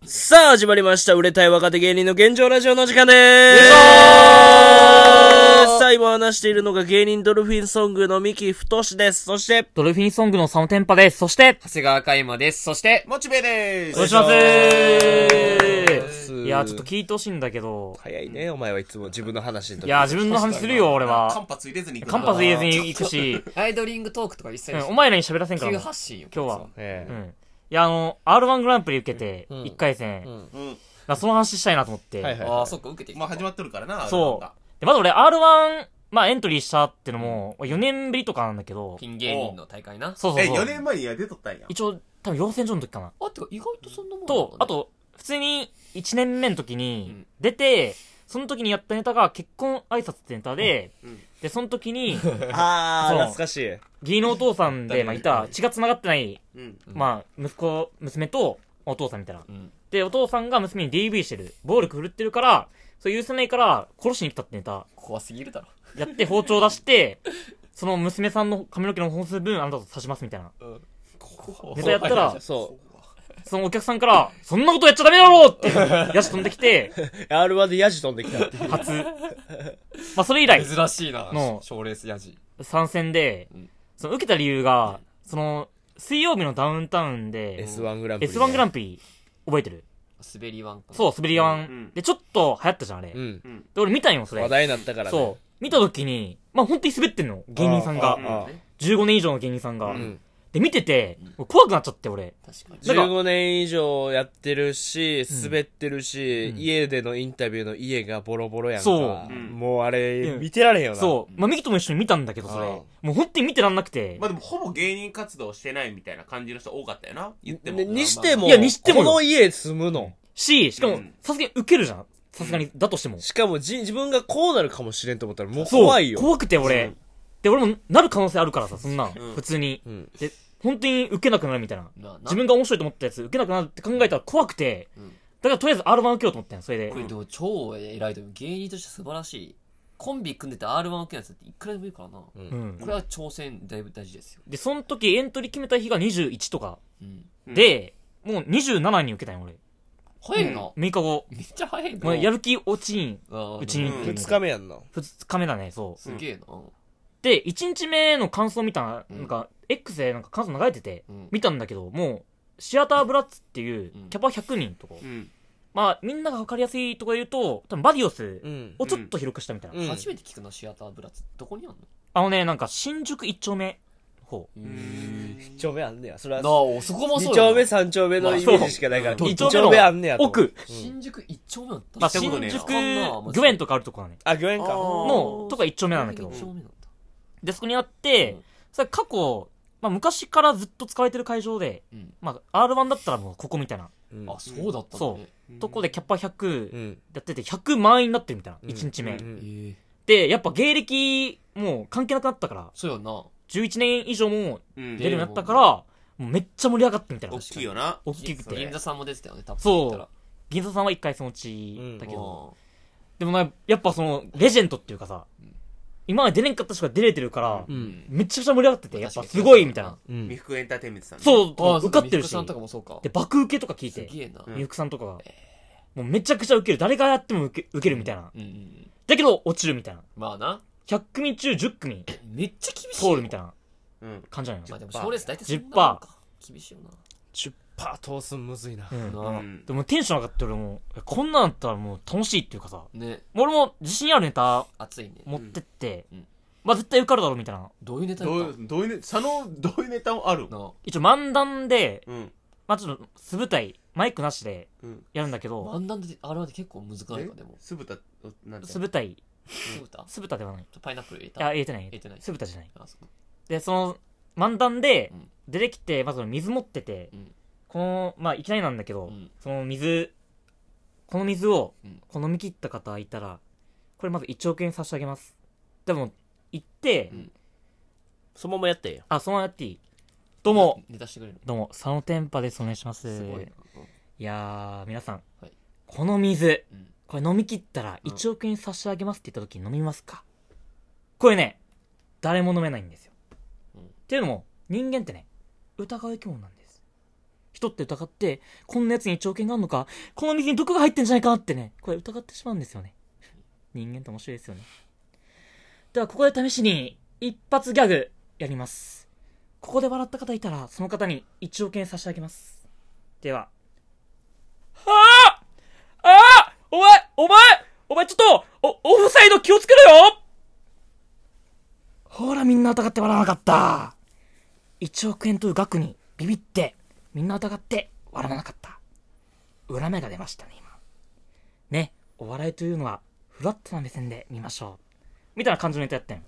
さあ始まりました。売れたい若手芸人の現状ラジオの時間でーす。さあ今話しているのが芸人ドルフィンソングの三木太志です。そしてドルフィンソングのサムテンパです。そして長谷川海馬です。そしてモチベです。 お願いしますーいやちょっと聞いてほしいんだけど、 早いねお前はいつも自分の話の時。 いや自分の話するよ俺間は。 髪入れずに行く間髪入れずに行くし、 アイドリングトークとか一切お前らに喋らせんから急もう発信よ今日は。 ええいやR1 グランプリ受けてうん 1回戦、 うんうん。 その話したいなと思って、 はいはいああそっか受けてきたまあ始まってるからな。 そうあでまず俺 R1 まあエントリーしたってのも4年ぶりとかなんだけど、 ピン芸人の大会な。 れが。 そうそうそう、 4年前に出とったんや。 一応多分養成所の時かなあてか意外とそんなもんと、あと普通に1年目の時うにん出て、その時にやったネタが結婚挨拶ってネタで、 うんでその時にあーそう懐かしい。 義理のお父さんで、まあ、いた血が繋がってない、 うん。 まあ、娘とお父さんみたいな。 うんで、お父さんが娘に DV してる。暴力振るってるから、それ許せないから殺しに来たってネタ怖すぎるだろ。 やって包丁出して、その娘さんの髪の毛の本数分あなたと刺しますみたいな。ネタやったら、 そそのお客さんから、そんなことやっちゃダメだろって、ヤジ飛んできて、 う。R1 でヤジ飛んできたっていう。 初。まあ、それ以来、 珍しいなの賞レースヤジ。 参戦でうん、 その受けた理由が、その、水曜日のダウンタウンで、 S1 グランプリ。 S1 グランンプリ、覚えてる？ 滑りワンかな。 そう、滑りワン、 うんで、ちょっと流行ったじゃん、あれ。 うん。 で、俺見たんよ、それ。 話題になったからね。 そう。見た時に、まあ、本当に滑ってんの。芸人さんが。 あ 15年以上の芸人さんが。 うん。 で、見てて、怖くなっちゃって、俺。 確かに。 だから 15年以上やってるし、滑ってるし、 うん家でのインタビューの家がボロボロやんか。 そううんもうあれ、 うん見てられへんよな。 そう。まあ、ミキとも一緒に見たんだけど、それ。 あもう本当に見てらんなくて。 まあでもほぼ芸人活動してないみたいな感じの人多かったよな。言っても。 にしても、 いやにしてもよこの家住むの。 しかもうん、 さすがに受けるじゃん。さすがに、だとしても。 しかも自分がこうなるかもしれんと思ったらもうそう怖いよ。 怖くて、俺。で、俺もなる可能性あるからさ、そんなん。 うん普通に。 うん。 で、本当に受けなくなるみたいな。 な自分が面白いと思ったやつ受けなくなるって考えたら怖くて。 うんだからとりあえず R1 受けようと思ったんよ、それでこ。れでも超偉いと思う。芸人として素晴らしい。コンビ組んでて R1 受けないやつっていくらでもいるからな。 うんこ。れは挑戦だいぶ大事ですよ。 で、その時エントリー決めた日が21とか。 うん。 うんで、もう27に受けたんよ、俺。 早いな。 6日後。 めっちゃ早いな。 もうやる気落ちん。 あーうちにうん二日目やんな。 2日目だね、そう。 すげえな。 で、1日目の感想見たら、 うんなんか、X でなんか感想流れてて、 うん見たんだけど、もう、シアターブラッツっていううん、 キャパ100人とか、 うん。 まあ、みんなが分かりやすいとこで言うと、多分バディオスうん。 をちょっと広くしたみたいな。 うん初めて聞くな、シアターブラッツ。どこにあんなんか、新宿1丁目方。 の一丁目あんねや。それはな、あ、そこも二そうやな丁目三丁目のイメージしかないから、 そう一丁目あんねやと。 奥。 新宿一丁目だったまあ、 聞いた新ことねえな宿、御苑とかあるとこだね。 あ、御苑か。 の、とか1丁目なんだけど一。丁目なんだ。 で、そこにあってうん、 それ過去、まあ、昔からずっと使われてる会場で、 うん。 まあ、R1 だったらもうここみたいな。 うんあ、そうだったんだね。 とこでキャパう 100 ん。 やってて、100満員になってるみたいな。 うん 1日目う。んええ。 で、やっぱ芸歴、もう関係なくなったから、 そうやな。 11年以上もうん。 出るようになったから、もうめっちゃ盛り上がってみたいな大。きいよな。 大きくて。 銀座さんも出てたよね、多分。 そう言ったら銀座さんは1回そのうちだけうど。 んでもな、やっぱその、レジェンドっていうかさ、今まで出れんかった人が出れてるからう、ん。 めちゃくちゃ盛り上がってて、やっぱすごいみたいな。 うん三福エンターテインメントさんね。 そう、 ああ、 受かってるしさん。とかもそうか。 で、爆受けとか聞いて、 すげえな。 うんみゆくさんとかが、もうめちゃくちゃ受ける。誰がやっても受けるみたいな。 うんうん。 だけど、落ちるみたいな。 まあな。 100組中10組めっちゃ厳しい。 通るみたいなうん。 感じなのよ。 まあでも、賞レース大体そんなもん 10% か。厳しいよな。 10%通すんむずいな。 うん。 なあうんでもテンション上がって俺もう、こんなんだったらもう楽しいっていうかさ、 ね、 俺も自信あるネタ熱いね。 持ってって、 うんまあ絶対受かるだろうみたいな。 どういうネタどうやったいう、どういうね、どういうネタもあるな一応漫談で、 うん。 まあちょっと素舞台、マイクなしでうん。 やるんだけど、 漫談で、あれは結構難しいか、でも。 酢豚、なんて素舞台、 酢豚素豚ではない。 パイナップル入れいや、 た。 入れてない。 入れてない素豚じゃない。 あ、そこ。 で、その、漫談でうん、 出てきて、まず水持ってて、 うんこの、まあいきなりなんだけど、 うんその水、この水をうん、 この飲み切った方いたら、これまず1億円差し上げます。でも、行って、 うんそのままやってよ。 あ、そのままやっていい？どうも、 ネタしてくれるどうも、佐野天パです。お願いします。 のすごいな。 いやー、皆さん、 はいこの水、 うんこれ飲み切ったらうん 1億円差し上げますって言った時に飲みますか？これね、誰も飲めないんですよ。 うんっていうのも、人間ってね、疑う生き物なんです。 人って疑って、こんな奴に1億円があるのか、この水に毒が入ってんじゃないかってね、これ疑ってしまうんですよね。人間って面白いですよね。では、ここで試しに、一発ギャグ、やります。ここで笑った方いたら、その方に1億円差し上げます。では。お前ちょっと、オフサイド気をつけろよ。ほら、みんな疑って笑わなかった。1億円という額にビビって、みんな疑って笑わなかった。裏目が出ましたね、今。ね、お笑いというのは、フラットな目線で見ましょう。みたいな感じのネタやってん。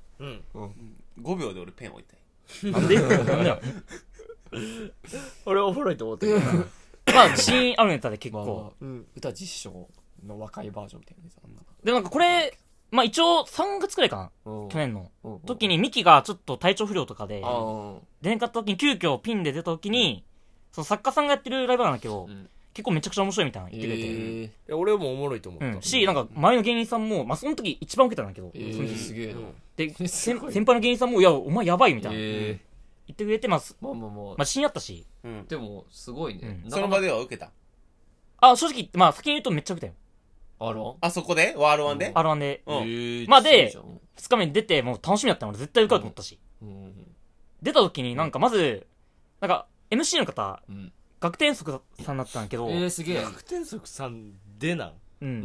5秒で俺ペン置いたい。 なんでなんでよ。 俺おもろいと思ってる。 まあ、自信あるネタで結構。 歌実証の若いバージョンみたいなやつあんな。 でもなんかこれ、まあ一応3月くらいかな。去年の。時にミキがちょっと体調不良とかで、出なかった時に急遽ピンで出た時に、その作家さんがやってるライブなんだけど、結構めちゃくちゃ面白いみたいな言ってくれて。 いや俺もおもろいと思った。 し、なんか前の芸人さんも、まあその時一番受けたんだけど、 すげえな。 で、先輩の芸人さんも、いや、お前やばいみたいな。言ってくれて、まあ自信あったし。 でも、すごいね。 その場では受けた。 あ、正直、まあ先に言うとめっちゃ受けたよ。 R1？ あそこでR1 で ?R1 で。まあで、2日目に出て、もう楽しみだったので絶対受かると思ったし。出た時になんかまず、なんか MC の方、学天則さんだったんだけど。 すげえ。 学天則さんでなん。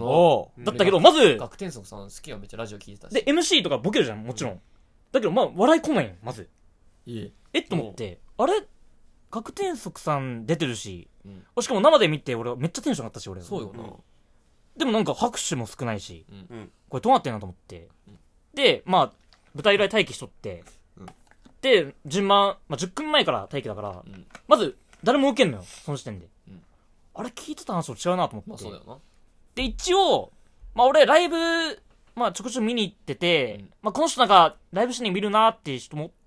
だったけど、まず、 学天則さん好きよ、めっちゃラジオ聞いてたし。 で、MC とかボケるじゃん、もちろん。だけど、まあ、笑い来ないよ、まず。と思って、あれ学天則さん出てるし、しかも生で見て、俺めっちゃテンション上がったし、俺。 そうよな。 でもなんか拍手も少ないし、これどうなってんなと思って。で、まあ、舞台裏で待機しとって、で、順番、まあ、10分前から待機だから、まず、誰も受けんのよ、その時点で。あれ聞いてた話と違うなと思って。 まあそうだよな。 で、一応、まあ俺ライブ、まあちょこちょこ見に行ってて、まあこの人なんかライブしに見るなーっていう人もって、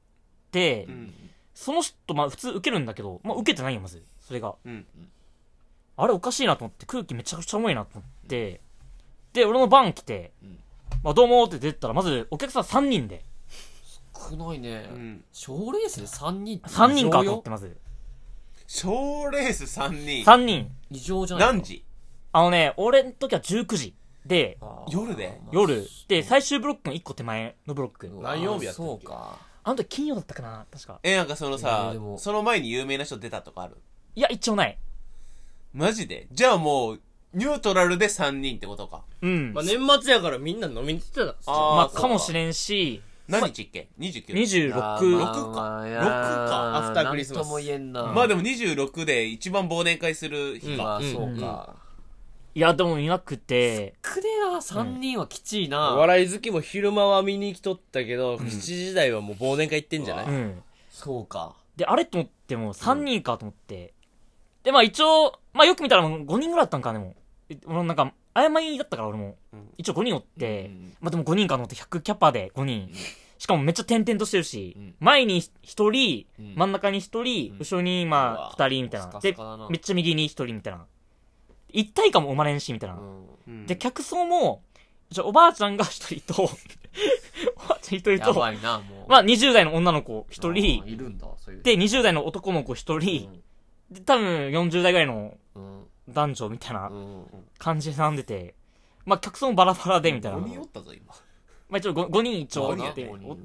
その人、まあ普通受けるんだけど、まあ受けてないよ、まず。それが。あれおかしいなと思って、空気めちゃくちゃ重いなと思って、で、俺の番来て、まあどうもって出てたら、まずお客さん3人で。 少ないね。賞レースで3人って 3人かと思って、まず。 賞レース3人。 3人。 異常じゃない何時？ 俺の時は19時。で、 夜で夜。で、最終ブロックの1個手前のブロック。 何曜日やったっけ？ そうか。 あの時金曜だったかな確か。 なんかそのさ、その前に有名な人出たとかある？ いや、一応ない。 マジで？じゃあもう、ニュートラルで3人ってことか。 まあ年末やからみんな飲みに行ってた。 まあかもしれんし、 何日っけ ?29。 26。 6か。6か。 アフタークリスマス。 なんとも言えんな。 まあでも26で一番忘年会する日か。 まあそうか。 いや、でもいなくて。 くねえな、3人はきちいな。 お笑い好きも昼間は見に来とったけど、7時台はもう忘年会行ってんじゃない？ そうか。 で、あれと思っても3人かと思って。で、まあ一応、まあよく見たら5人ぐらいだったんか、でも。俺なんか、曖昧だったから俺も。一応5人おって、まあでも5人かと思って100キャパで5人。しかもめっちゃ点々としてるし、前に1人、真ん中に1人、後ろにまあ2人みたいな。で、めっちゃ右に1人みたいな。一体感も生まれんし、みたいな。で、客層も、おばあちゃんが1人と、おばあちゃん1人と、 やばいな、もう。 まあ20代の女の子1人、 いるんだ、そういう。 で、20代の男の子1人、で、多分40代ぐらいの男女みたいな感じで並んでて、まあ客層もバラバラで、みたいな。 5人おったぞ、今。 まあ一応5人一応おって、でも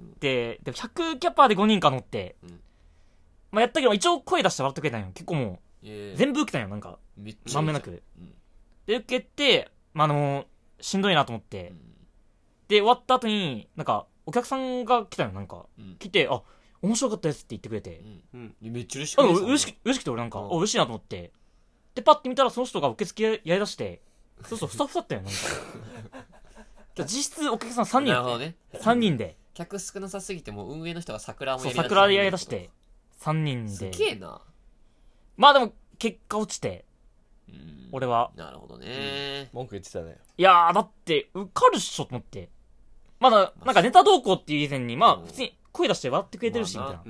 100キャパーで5人か乗って、まあやったけど一応声出して笑ってくれたんよ。結構もう、全部受けたんよ、なんか。まんべんなく。で、受けて、まあしんどいなと思って。で、終わった後に、なんか、お客さんが来たよ、なんか。来て、あ、面白かったですって言ってくれて。 めっちゃ嬉しくて。 嬉しくて俺なんか、嬉しいなと思って。で、パッて見たらその人が受付やりだして、そうそう、スタッフだったよ、なんか。実質お客さん3人。 なるほどね。 3人で。 客少なさすぎても運営の人が桜もそう、桜でやりだして、3人で。 すげえな。 まあでも、結果落ちて、俺は。 なるほどね。 文句言ってたね。 いやー、だって、受かるっしょと思って。まだ、なんかネタ動向っていう以前に、まあ、普通に声出して笑ってくれてるし、みたいな。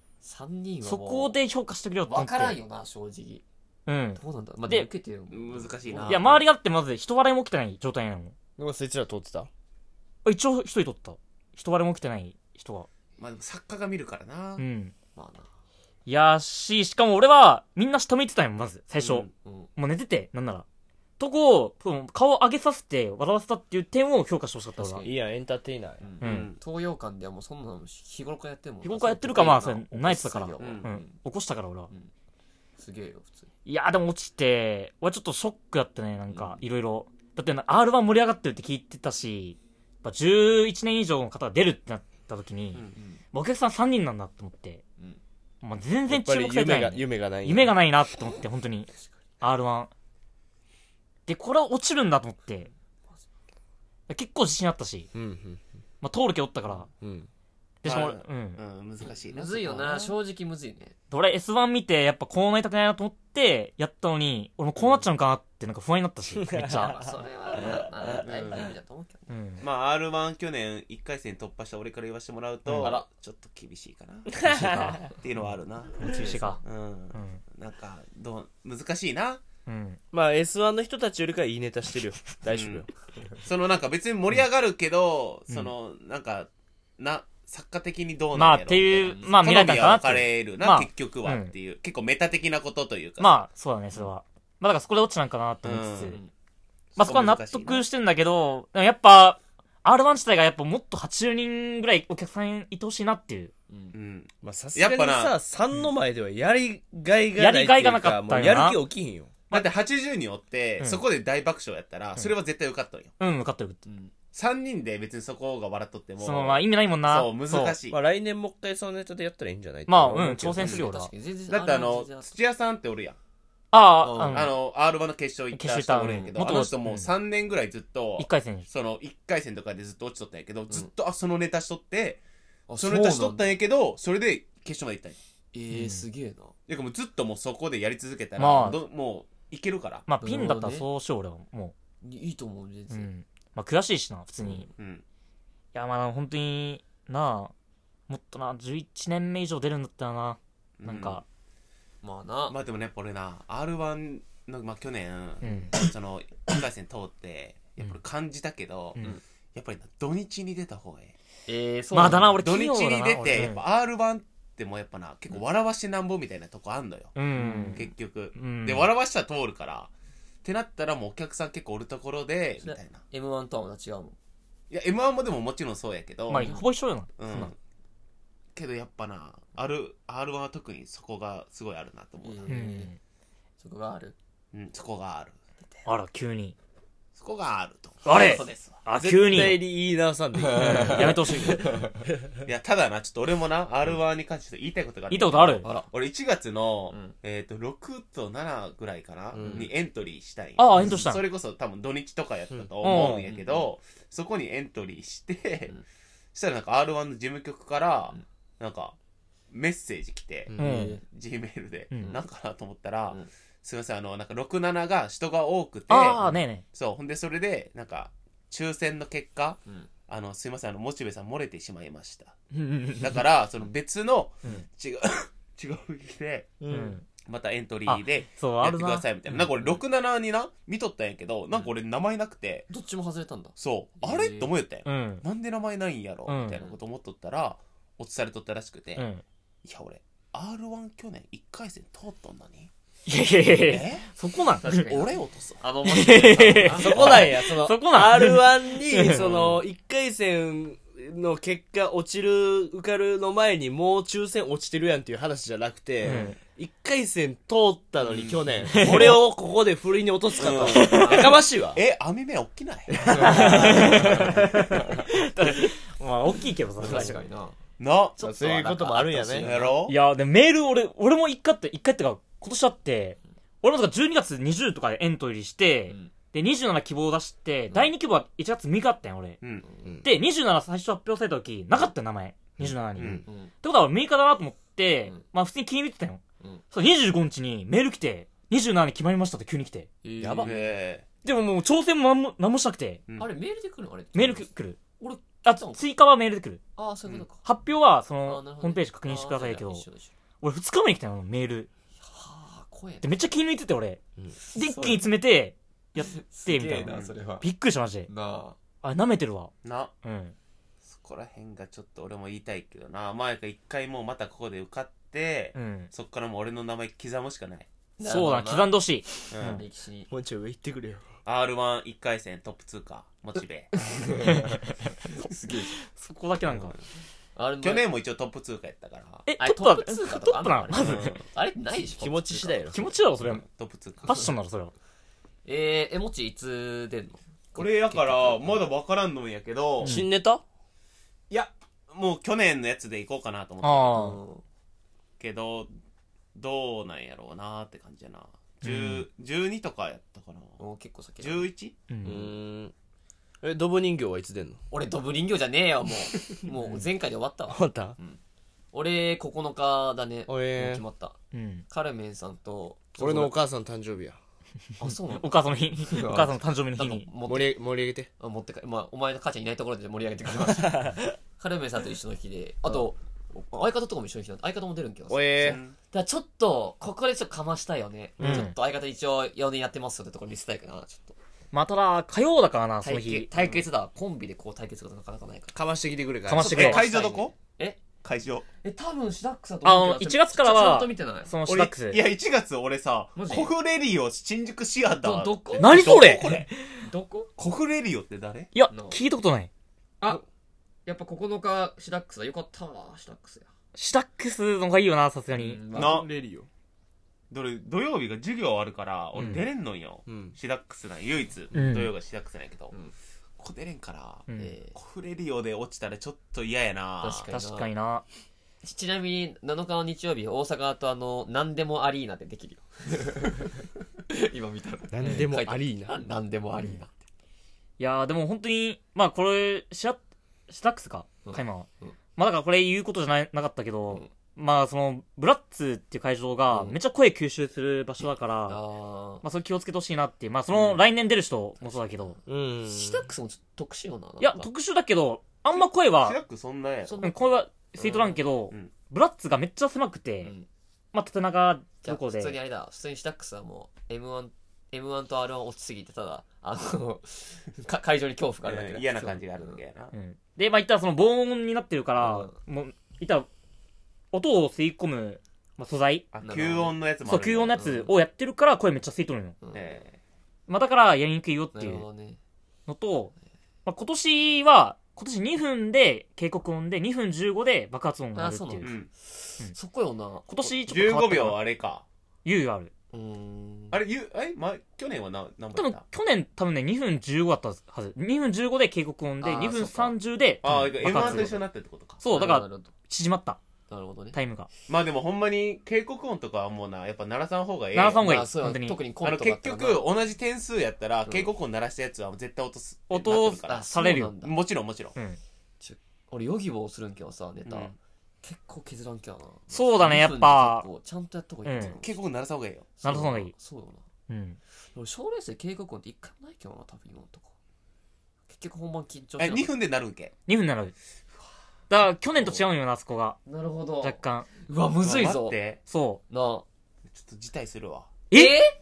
3人はそこで評価してくれよって思って。 わからんよな、正直。どうなんだ。まあ、で、受けてよ。 難しいな。 いや、周りがあってまず人笑いも起きてない状態なの。 でもそいつら通ってた？ 一応一人取った。人笑いも起きてない人が。 まあでも作家が見るからな。 まあな。 いやしかも俺はみんな下向いてたんよまず最初、 うんうん。 もう寝ててなんならとこ顔上げさせて笑わせたっていう点を評価してほしかった俺は確かいいやんエンターテイナーやうん東洋館ではもうそんなの日頃からやってるもんな。 日頃からやってるかまあそれナイツだから起こす作業うん起こしたから俺はすげえよ、普通に。 いやでも落ちて俺ちょっとショックだったねなんかいろいろだって R1 盛り上がってるって聞いてたしやっぱ11年以上の方が出るってなった時に、お客さん3人なんだと思って、まあ、全然注やっぱり目されてない、 夢がない夢がないなって思って本当に R1 でこれは落ちるんだと思って結構自信あったし、 うんまあ、通る気おったからうんでしかもまあうん難しいな。 むずいよな、 そこは正直むずいね。 俺 S1 見てやっぱこうなりたくないなと思ってやったのに俺もこうなっちゃうのかなってなんか不安になったしめっちまゃあ、それは、大丈夫だと思うけどね。 うんまあ R1 去年1回戦突破した俺から言わせてもらうと、 うんあらちょっと厳しいかな厳しいかっていうのはあるな。 厳しいかうん。 うんなんか難しいな。 うんまあ S1 の人たちよりかはいいネタしてるよ大丈夫よそのなんか別に盛り上がるけど、 うんそのなんか作家的にどうなんやろまあっていうみたなまあ見られたかなって好みは分かれるな、 まあ結局はっていう、結構メタ的なことというか、 まあそうだねそれはまあだからそこで落ちたんかなって思いつつ、 うんまあそこは納得してんだけどでもやっぱ R1 自体がやっぱもっと80人ぐらいお客さんいてほしいなっていううんまあさすがにやっぱさ3の前ではやりがいがないやりがいがなかったよなもうやる気起きひんよだって80によって、 うんそこで大爆笑やったら、それは絶対受かったんよ。 うん分かってる 3人で別にそこが笑っとっても、 そのまあ意味ないもんなそう、難しい。 まあ来年もう一回そのネタでやったらいいんじゃないまあって思うけど挑戦するよ俺は確かに全然だって全然土屋さんっておるやん。 ああ R1 の決勝行った人おるんやけど、 決勝行ったあの人もう3年ぐらいずっと、 1回戦その1回戦とかでずっと落ちとったんやけど、ずっとそのネタしとって、 あそのネタしとったんや。 やけど、それで決勝まで行ったんや。 すげえな。 でもうずっともうそこでやり続けたら、 まあもういけるから。 まあピンだったらそうしよう俺はもいいと思う、全うう然。 んまあ悔しいしな普通にいうん。 やまあ本当になあもっとな11年目以上出るんだったらななんかまあな。 まあでもね、これな、R1 の、まあ去年、 うんその1回戦通って、やっぱり感じたけど、 うんやっぱりな土日に出た方がいい。 そうまあだな俺土日器用だなに出て、 俺やっぱ R1 ってもうやっぱな、結構笑わしてなんぼみたいなとこあんのよ。 うん結局。 うんで、笑わしたら通るから、ってなったらもうお客さん結構おるところで、みたいな。 M1 とはまた違うもん。 いや、M1 もでももちろんそうやけど、 まあほぼ一緒よなうんそんな。 けどやっぱな、R1 は特にそこがすごいあるなと思うな。 うんそこがある。 うん、そこがある。 あら急にそこがあると。 あれそうですわ。 絶あ急に対に言い直さんでいいやめてほしいいや、ただな、ちょっと俺もな、R1 に関して言いたいことがある。 言いたことあるあら。 俺1月の、 うん 6と7ぐらいかな、 うんにエントリーしたいんよああエントリーしたんそれこそ多分土日とかやったと思うんやけど、そこにエントリーして、 うんしたらなんか R1 の事務局からうん、 なんか、メッセージ来て、 うんうん、 G メールで、 うんなんかなと思ったら、 うんすいません、なんか6、7が人が多くて、 ああねえねそう、ほんでそれで、なんか、抽選の結果、 うんすいません、モチベさん漏れてしまいました。 えだから、その別の、 うん違う、違う日で、 ううんんまたエントリーで、 そうあるなやってくださいみたいな。なんか俺6、7にな、見とったんやけど、なんか俺名前なくて、 どっちも外れたんだ。 そう、あれって思えたんや。 うんなんで名前ないんやろうんみたいなこと思っとったら、落ちされとったらしくて、いうんや俺、R1 去年1回戦通っとんのに、 いやいやいやいやえそこなん確かに俺落とすわ。 あの、面白いな。 そこなんやそのそこなん R1 にその1回戦の結果落ちる受かるの前にもう抽選落ちてるやんっていう話じゃなくて、 うん 1回戦通ったのに去年、俺をここで不利に落とすかと、やかましいわ。 網目大きないまあ大きいけどさ確かにな。 な、 そういうこともあるんやねやろいやでもメール俺も一回ってか今年あって俺もだから12月20とかでエントリーして、で27希望を出して、第2希望は1月3日あったんや俺うん。 で27最初発表された時なかったよ名前27に、 うんってことは俺6日だなと思って、 うんまあ普通に気に入ってたよ、 うんそう25日にメール来て27に決まりましたって急に来てやばえでももう挑戦も何もしなくてうんあれ、メールで来るのあれ。 メール来る俺、 あ追加はメールで来るああ、そういうことか。 発表はそあのーなるほどホームページ確認してくださいけどあーじゃあ一緒一緒俺2日目に来たよメールはあ、怖えでめっちゃ気抜いてて俺うんで一気に詰めてやってみたいなな、それは。 びっくりしましたマジでなあ舐めてるわな、 うんそこら辺がちょっと俺も言いたいけどな。前か一回もうまたここで受かって、 うんそっからもう俺の名前刻むしかない。 そうだ刻んでほしい。 うん歴史に。 もうちょい上行ってくれよ。 R11 回戦トップ通過モチベ。 すげえ。 そこだけなんか。 去年も一応トップ通過やったからえ、 あトップれトップ通過トとかップなのまず。 うんあれないでしょ。 気持ち次第よ。 気持ちだろ、それ。フトップ通過ァッションだろ、それは。 もちいつ出んの？ これやからまだ分からんのんやけど、 新ネタいやもう去年のやつでいこうかなと思ってあるけどどうなんやろうなーって感じやな。12とかやったかな。 結構先。 11? う。 ドブ人形はいつ出んの？ 俺ドブ人形じゃねえよ、もう。もう前回で終わったわ。 終わった？ 俺9日だね。もう決まった。 うん。 カルメンさんと、 俺のお母さん誕生日や。 あ、そうなの？ お母さんの日、お母さんの誕生日のなんか日に。 盛り上げて。 持って帰まあ、お前の母ちゃんいないところで盛り上げてくれました。カルメンさんと一緒の日で、あと、相方とかも一緒の日なんで、相方も出るんけどさ。だからちょっと、ここでちょっとかましたいよね。 うんちょっと相方一応4年やってますよってところ見せたいかな、ちょっと。 まあ、ただ、火曜だからな、その日。 対決だ。コンビでこう対決がなかなかないから。 かましてきてくれか。 かましてくれ会場どこ？ え会場。 多分シダックスだと思うけど。 1月からちゃんはと見てない。 そのシダックスい。や1月俺さマジコフレリオ新宿シアターどこ何それこれどこコフレリオって誰？ いやの、 聞いたことない。 あ、やっぱ9日シダックスだ。よかったわ、シダックスや。 シダックスの方がいいよな、さすがに。 なレリオ。 どれ土曜日が授業あるから俺うん出れんのんよ、 うん。 シダックスなん唯一、 うん土曜がシダックスなんやけど、 うんここ出れんから、 うんコフレリオで落ちたらちょっと嫌やな。 確かに確かにな。 ちなみに7日の日曜日、大阪と何でもアリーナでできるよ。今見たら。 なんでもアリーナ。 何でもアリーナ。 いやー、でも本当に、まあこれ、シダックスか、カイマンは。まあだからこれ言うことじゃなかったけど、まあその、ブラッツっていう会場がめっちゃ声吸収する場所だから、まあそれ気をつけてほしいなっていう。まあその来年出る人もそうだけど。 うん。 シダックスもちょっと特殊よな。 いや、特殊だけど、あんま声はシダ、ックスそんなやろ。 声はスイートなんけど、 うんブラッツがめっちゃ狭くて、まあ縦長じゃあ普どこで。 通にあれだ。普通にシダックスはもう M1 と R1 落ちすぎて、ただ、会場に恐怖があるだけだ。 嫌な感じがあるわけやな、 うんで、まあ言ったらその防音になってるから、もう、言ったら、音を吸い込む、まあ、素材あ吸音のやつもそう、 あるんや吸音のやつをやってるから声めっちゃ吸い取るのよ。まあだからやりにくいよってないうるほどね。 のと、まあ今年は、今年2分で警告音で2分15で爆発音があるっていう。 あそうなんうんそこよな。 今年ちょっと変わっ 15 たから秒あれか猶予ある。 あれ去年は何多分やった？ 分去年多分ね2分15だったはず。2分15で警告音であー 2分30でああ、 爆 M1 発と一緒になってるってことか。 そう、だからなるほど縮まったなるほどね。 タイムが。 まあでもほんまに警告音とかはもうな、やっぱ鳴らさん方がええよ。 鳴らさん方がいいまあそう本当に特にコントだ結ったらな局同じ点数やったら警告音鳴らしたやつは絶対落とす。 音なってるからあされるよそうなんだもちろんもちろん。 うん。 俺ヨギボーするんけどさ、ネタうん。 結構削らんきゃな。 そうだねやっぱ 2分で結構ちゃんとやった方がいいっていうの警告音鳴らさん方がええよ。 鳴らさん方がいいそうだな。 うん。 俺賞レースで警告音って一回もないけどな、多分今のとこ。結局本番緊張して 2分で鳴るんけ。 2分ならだから去年と違うんよな、あそこが。 なるほど。 若干。 うわ、むずいぞ待っ。て。 そなちょっと辞退するわ。 う。ええ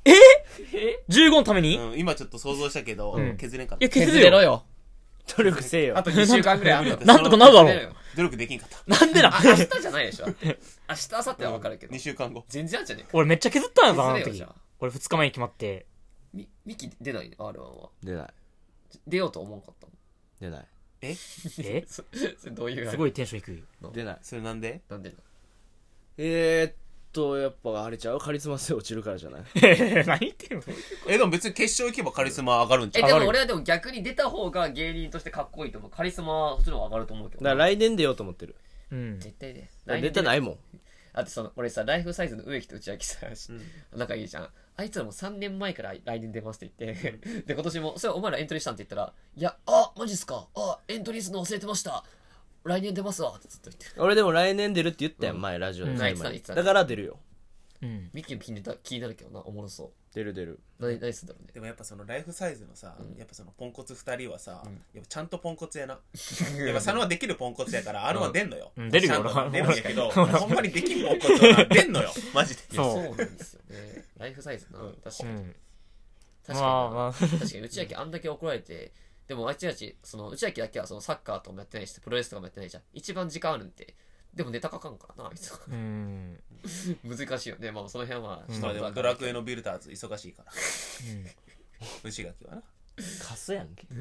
?15 のために、いうん、今ちょっと想像したけどうん削れんかった。 や、削削るよ。 れろよ。 努力せえよ。 あと2週間ぐらいあるんだなんとかなるだろ削れよ努力できんかった。 なんでなあ、明日じゃないでしょ。だって明日、明後日は分かるけど 2。週間後。 全然あんじゃねえか。 俺めっちゃ削ったんやぞ、あの時削れよじゃあ。 俺2日前に決まって。 ミキ出ない ?R1 は。 出ない。 出ようと思わんかったもん。 出ない。 えそれどういうすごいテンション低い。 出ない。 それなんで？ なんでやっぱあれちゃうカリスマ性落ちるからじゃない？ 何言ってんのでも別に決勝行けばカリスマ上がるんちゃう？ でも俺はでも逆に出た方が芸人としてかっこいいと思う。カリスマはそっちの方が上がると思うけど。 だから来年出ようと思ってる。 うん。 絶対で。 出てないもん。 あと俺さ、ライフサイズの植木と内明さ、仲いいじゃん。あいつらも3年前から来年出ますって言って、で、今年も、それお前らエントリーしたんって言ったら、いや、マジっすかエントリーするの忘れてました。来年出ますわってずっと言って。 俺でも来年出るって言ったやん、前ラジオで。 うん前言ってただから出るよ。 うん。 ミッキーも気になるけどな、おもろそ出る。 う。何すんだろうね。 でもやっぱそのライフサイズのさ、やっぱそのポンコツ2人はさ、 うんやっぱちゃんとポンコツやな。やっぱ佐野はできるポンコツやから、R1 出んのよ。 うん出るよちゃんと俺は出るんやけど、ほんまにできるポンコツはな出んのよ。マジで。 そうそうなんですよね。ライフサイズな、確かに。 うん。 確まあかに。確かに、内明あんだけ怒られて、でもあいつたち、内明だけはそのサッカーとかもやってないし、プロレスとかもやってないじゃん。一番時間あるんで。 でもネタ書かんからなあいつは難しいよね。まあその辺はまあでもドラクエのビルダーズ忙しいから牛垣はなカスやんけ。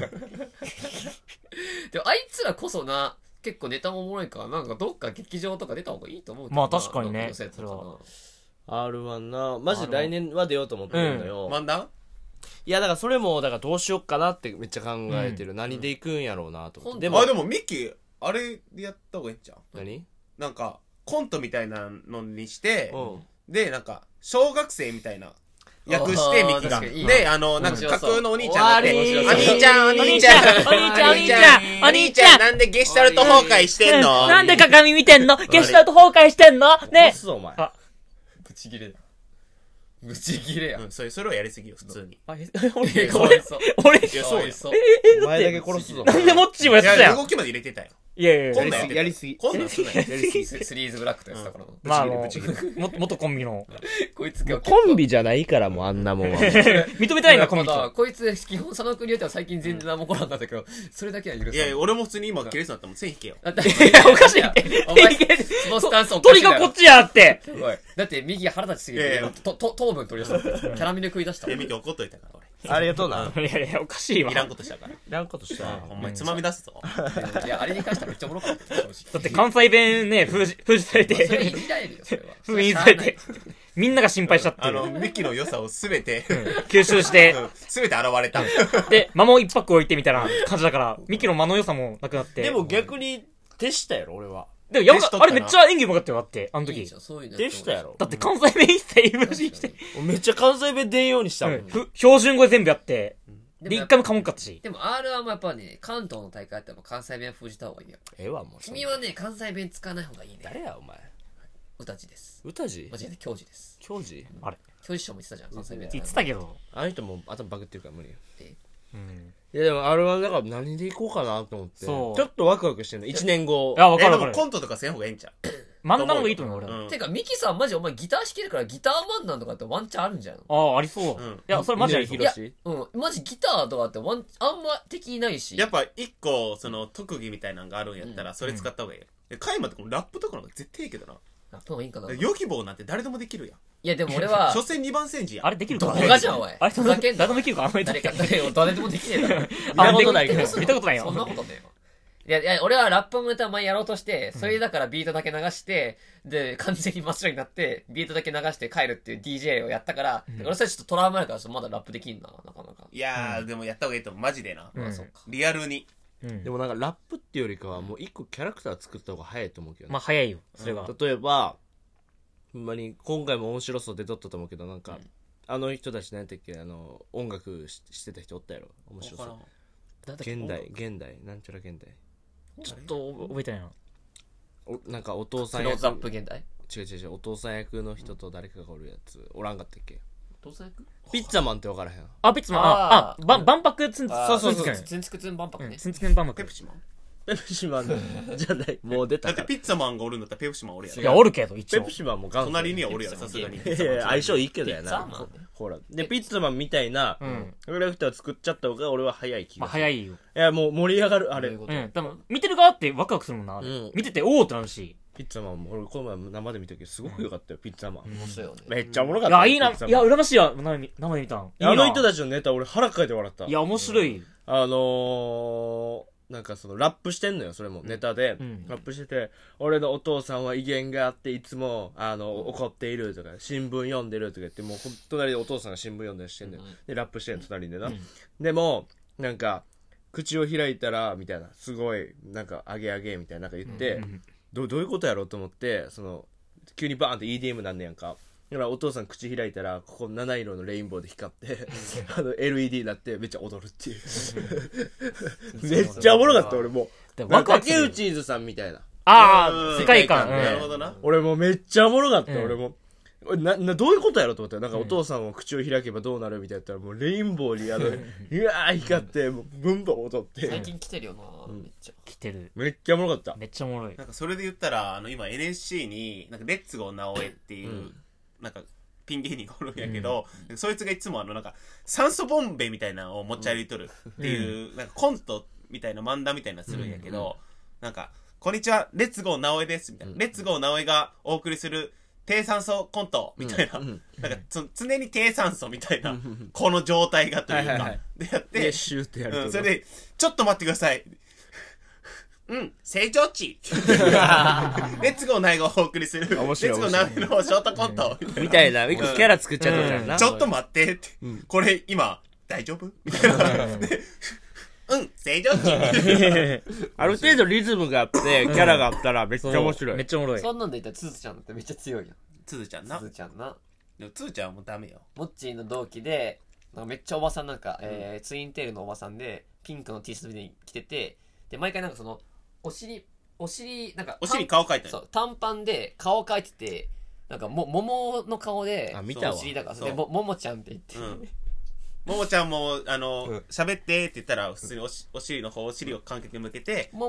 でもあいつらこそな結構ネタもおもろいからなんかどっか劇場とか出た方がいいと思うけどな。 まあ確かにねなん寄せとかな R1 な、マジで来年は出ようと思ってるんだよ。 漫談いやだからそれもだからどうしよっかなってめっちゃ考えてる。何で行くんやろうなと思って。でもあでもミキあれでやった方がいいんちゃう？ 何？ なんかコントみたいなのにしてうん。 でなんか小学生みたいな役してミキが確かにいいでなんか架空のお兄ちゃんがいて終わりお兄ちゃんお兄ちゃんお兄ちゃんお兄ちゃんなんでゲシュタルト崩壊してんの？ なんで鏡見てんの？ゲシュタルト崩壊してんのね。 そうお前。 あブチギレだブチギレやうんそれをやりすぎよ普通に。 俺かわいそう俺いやそうよ。 お前だけ殺すぞ。 なんでモッチーもやっいてたやん。 や動きまで入れてたよ。 いやいやいやこんなんやってたやりすぎ。 こんなんすなよ。 やりすぎ。 スリーズブラックとやつだからなまあブチギレ元コンビの。 こいつがコンビじゃないからもうあんなもんは。 認めてないんだ、コンビと。 こいつ基本佐野君によっては最近全然何も来なかったんだけどそれだけは許さない。 いや俺も普通に今切れそうになったもん線引けよ。 だっておかしいって。 お前そのスタンスおかし鳥いだろがこっちやって。 おいだって右腹立ちすぎていやいや糖分取り出したキャラメル食い出したいやミキ怒っといたから俺。 ありがとうな。 いやいや、おかしいわ。 いらんことしたから。 いらんことした。 ほんまにつまみ出すぞ。 いやあれに関してはめっちゃおもろかった正直だって関西弁ね、封じされそれいて、 じられるよそれは封印されて、みんなが心配しちゃってる。 ミキの良さをすべて、 吸収して、 すべて現れた。 で、間も一泊置いてみたいな感じだから、ミキの間の良さもなくなって。 でも逆に、手したやろ、俺は。 でもやばかテストったなあれめっちゃ演技うまかったよ、だって、あの時いいじ。ゃんそういうの手したやろ。 だって関西弁一切 MC して、 めっちゃ関西弁出んようにしたもん。 標準語で全部やって、で、一回もかもんかったし。 でも R1 もやっぱね関東の大会って関西弁封じた方がいいよ。 ええわ、もう。 君はね関西弁使わない方がいいね。 誰や、お前。 歌地です歌地マジで教授です。 教授あれ教授賞も言ってたじゃん関西弁言ってたけど。 あの人も頭バグってるから無理よ。 うん。 いやでも R1 だから何で行こうかなと思って。ちそうょっとワクワクしてんの。1年後い。や、わかでるわかる。 もコントとかせん方がええんちゃう？ 漫画の方がいいと思う、俺。 うんてかミキさんマジお前ギター弾けるからギターマンなんとかってワンチャンあるんじゃん。 ああ、ありそう。 うんいや、それマジありそう。 いやヒロシマジギターとかってあんま敵いないし。 やっぱ一個、その、特技みたいなのがあるんやったら、それ使った方がいいよ。カイマってこのラップとかの方が絶対いいけどな。 ラップの方がいいんかな。いヨギボーなんて誰でもできるやん。 やでも俺は所詮2番戦時やん。 あれできるかどこがじゃんおい。 あれ、 ふざけんな誰でもできるかあんまり誰か誰でもできねえだろ。 見たことないけど。見たことないよ。 そんなことねえよ。いや、俺はラップのネタ前やろうとして、それだからビートだけ流して、で、完全に真っ白になって、ビートだけ流して帰るっていう DJ をやったから、俺それちょっとトラウマやから、まだラップできんな、なかなか。 いやー、でもやった方がいいと思う。マジでな。 まあ、そっか。 リアルに。 うんでもなんかラップっていうよりかはもう一個キャラクター作った方が早いと思うけどね。 まあ、早いよ、それが。 例えば、ほんまに今回も面白そうで撮ったと思うけど、なんか、あの人たち何やったっけ、音楽してた人おったやろ。面白そう。現代、なんちゃら現代。 ちょっと覚えてないな。 なんかお父さん役クローズアップ現代違うお父さん役の人と誰かがおるやつおらんかったっけ？ お父さん役ピッツァマンって分からへん。 あ、ピッツマン、 あー万博ツンツン。 そうそうそうツンツクツン万博ね。 ツンツン万博。 ペプシマンペプシマンじゃない、もう出たから。 だってピッツァマンがおるんだったらペプシマンおるやろ。 いや、おるけど、一応。 ペプシマンも元祖隣にはおるやろ、さすがに。 いやいや相性いいけどやなピッツァマン。 ほら。で、ピッツァマンみたいな、キャラクター作っちゃった方が俺は早い気まあ、 がする。 早いよ。 いや、もう盛り上がる、あれ。 どういうことうん。多分、見てる側ってワクワクするもんな。あれうん見てて、おーってなるし。 ピッツァマンも、俺この前生で見たけど、すごく良かったよ、ピッツァマン。 面白いよね。 めっちゃおもろかったよ。 いや、いいな。いピッツァマンや、羨ましいわ。生で見たん。いいなあの人たちのネタ俺腹かいて笑った。 いや、面白い。 なんかそのラップしてんのよ、それもネタで、 んラップしてて、俺のお父さんは威厳があっていつも怒っているとか新聞読んでるとか言って、もう隣でお父さんが新聞読んだりしてんのよ、でラップしてんの隣でな、でもなんか口を開いたらみたいな、すごいなんかあげあげみたいななんか言って、どういうことやろうと思って、その急にバーンって EDM なんねやんか。だからお父さん口開いたらここ七色のレインボーで光ってLED になってめっちゃ踊るっていうめっちゃおもろかった俺もでうもワクワクする竹内チーズさんみたいなああ、 うん世界観。 なるうんほどな。 俺もうめっちゃおもろかった、 うん俺もどういうことやろと思ったら、なんかお父さんは口を開けばどうなるみたいなやったら、もうレインボーにうわー光ってもうブンブン踊って最近来てるよな、めっちゃ。 来てる。 めっちゃおもろかった。 めっちゃおもろい。 なんかそれで言ったら、今 NSC に、なんかレッツゴー直江っていう、なんかピン芸人がおるんやけど、そいつがいつもなんか酸素ボンベみたいなのを持ち歩いとるっていう、なんかコントみたいな漫談みたいなのするんやけど、なんかこんにちは、レッツゴー直江です、みたいな。レッツゴー直江がお送りする低酸素コント、みたいな。なんか、常に低酸素みたいな、この状態がというか、でやって、 シューってやると。 それで、ちょっと待ってください。成長値レッツゴー直江がお送りする、レッツゴー直江のショートコント、 みたいな、キャラ作っちゃったからな。 ちょっと待ってって、これ今、大丈夫みたいな。正常値ある程度リズムがあって、キャラがあったらめっちゃ面白い。 めっちゃおもろい。 そんなんで言ったらつづちゃんってめっちゃ強いよ。 つづちゃんな。 つづちゃんな。 でもつづちゃんはもうダメよ。 モッチーの同期で、なんかめっちゃおばさんなんか、ツインテールのおばさんで、ピンクの T シャツに着てて、で、毎回なんかその、お尻、なんか、 お尻顔描いてる。 そう、短パンで顔描いてて、なんか桃の顔で、 見たわお尻だから、で、ももちゃんって言って、 ももちゃんも、喋ってって言ったら、普通にお尻の方、お尻を観客に向けて、も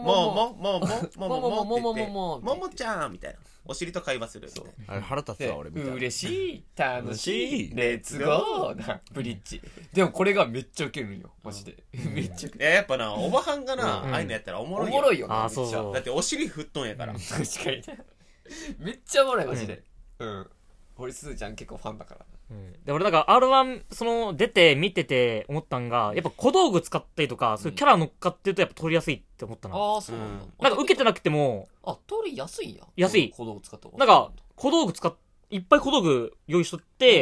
もちゃんみたいな。お尻と会話する。 あれ腹立つわ、俺見た。 嬉しい、楽しい、レッツゴーな、ブリッジ。でもこれがめっちゃウケるんよ、マジで。めっちゃウケる。 やっぱな、おばはんがな、ああいうのやったらおもろいよ。 おもろいよな、 あ、そうそう。 だってお尻振っとんやから。 確かに。めっちゃおもろい、マジで。俺、すずちゃん結構ファンだから。 で、俺なんか R1、出て見てて思ったんが、やっぱ小道具使ったりとか、そういうキャラ乗っかってるとやっぱ撮りやすいって思ったな。 ああ、そうなんだ。 なんか受けてなくても、 撮りやすいんや。 安い。 小道具使った方が。 なんか、いっぱい小道具用意しとって、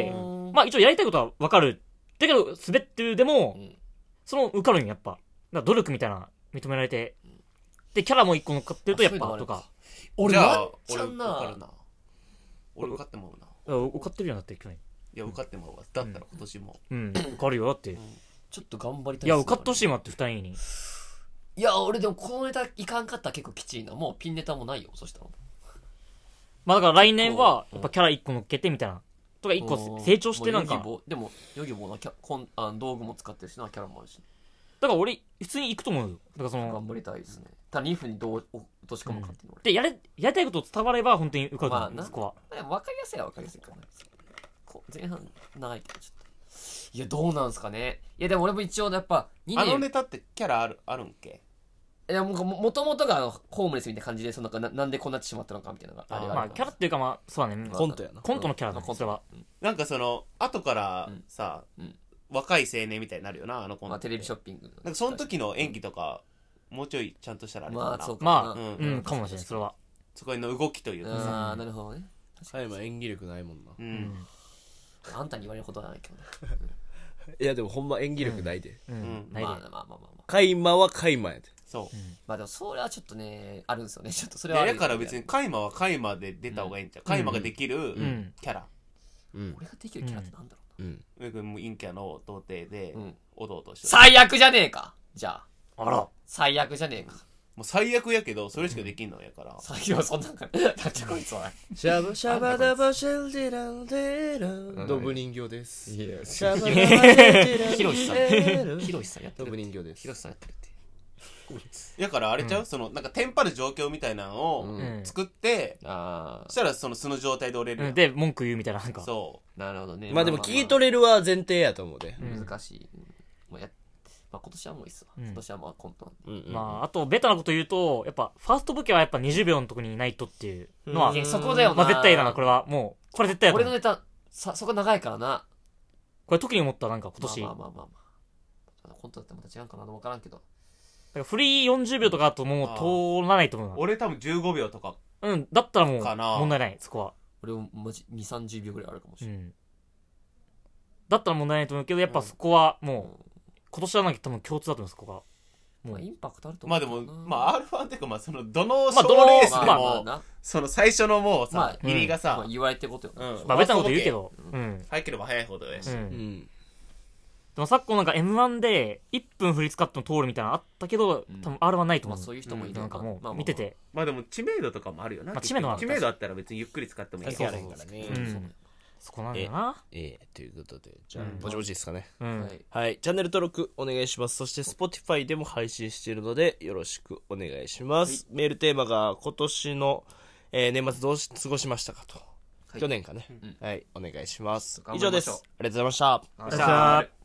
まあ一応やりたいことはわかる。だけど、滑ってるでも、その受かるんや、やっぱ。だから努力みたいな認められて。で、キャラも一個乗っかってるとやっぱ、とか。 俺、ワンチャンな。 俺受かってもらうな。 受かってるようになって去年。 いや、受かってもらうわ。だったら今年も。 受かるよ、だって。 ちょっと頑張りたい。 いや、受かってほしいもんって二人に。 いや、俺でもこのネタいかんかったら結構きちいな。もうピンネタもないよ、そしたら。 まあだから来年は、やっぱキャラ一個乗っけてみたいな。とか一個成長してなんか。 でも、ヨギボーな道具も使ってるしな、キャラもあるし。 だから俺、普通に行くと思うよ。だからその。 頑張りたいですね。ただ2分にどう落とし込むかっていうので、やりたいこと伝われば本当に受かると思う、そこは。 わかりやすいはわかりやすいかな。前半長いけどちょっと。いや、どうなんすかね。いや、でも俺も一応やっぱ2年。 あのネタってキャラあるんけ？ いや、もともとがホームレスみたいな感じで、なんでこうなってしまったのかみたいなのがあれまあ、キャラっていうかまあ、そうだね。 コントやな。 コントのキャラだね、それは。 なんかその、後からさ、若い青年みたいになるよな、あのコント。 テレビショッピング。 なんかその時の演技とか、もうちょいちゃんとしたらあれかな。 まあ、そうか。 まあ、かもしれない、それは。 そこの動きというかさ。 ああ、なるほどね。 加山演技力ないもんな。 あんたに言われることはないけどね。 いやでもほんま演技力ないで。 ないで。 まあ。 カイマはカイマやで。 そう。 まあでもそれはちょっとね、あるんですよね。ちょっとそれはある。 だから別にカイマはカイマで出た方がいいんちゃう。カイマができるキャラ。 俺ができるキャラってなんだろうな。もう陰キャの童貞で、おどおどしてる。 最悪じゃねえかじゃあ。 あら。 最悪じゃねえか。 もう最悪やけど、それしかできんのやから。 最悪そんなんか、だってこいつは。 シャバシャバダバシャルデラルデラドブ人形です。 いや、 シャバダバシャルデラルヒロシさん。ヒロシさんやってる。 ドブ人形です。 ヒロシさんやってるって。 だからあれちゃう、そのなんかテンパる状況みたいなのを作って、そしたらその素の状態で折れる。 で、文句言うみたいな、なんか。 そう。 なるほどね。 まあでも聞き取れるは前提やと思うで。 難しい。まあ今年はもういいっすわ。今年はまあコントなんで。 まあ、あと、ベタなこと言うと、やっぱ、ファースト武器はやっぱ20秒のとこにいないとっていうのは、 そこだよな。 まあ絶対だな、これは。もう、これ絶対やと思う。 俺のネタ、そこ長いからな。 これ特に思った、なんか今年。 まあ。コントだってまた違うかな、わからんけど。 だからフリー40秒とかだともう通らないと思うな。 俺多分15秒とか。 だったらもう、問題ない、そこは。 俺もマジ2、30秒ぐらいあるかもしれない。 だったら問題ないと思うけど、やっぱそこはもう、今年はなんか多分共通だと思います、そこが。 もうインパクトあると思う。 まあでも、まあ R1 っていうか、まあその、どの賞レースでも、その最初のもうさ、入りがさ、 言われてることよ。 まあベタなこと言うけど。 早ければ早いほどやし。 でも昨今なんか M1 で1分振り使っても通るみたいなのあったけど、多分 R1 ないと思う。 そういう人もいる。 なんかもう見てて。 まあでも知名度とかもあるよな。 知名度あったら別にゆっくり使ってもいいからね。 そこなんだよな。 ということで、じゃあ、ぼちぼちですかね。 はい。チャンネル登録お願いします。そして、Spotify でも配信しているので、よろしくお願いします。メールテーマが、今年の年末どう過ごしましたかと。去年かね。はい、お願いします。以上です。ありがとうございました。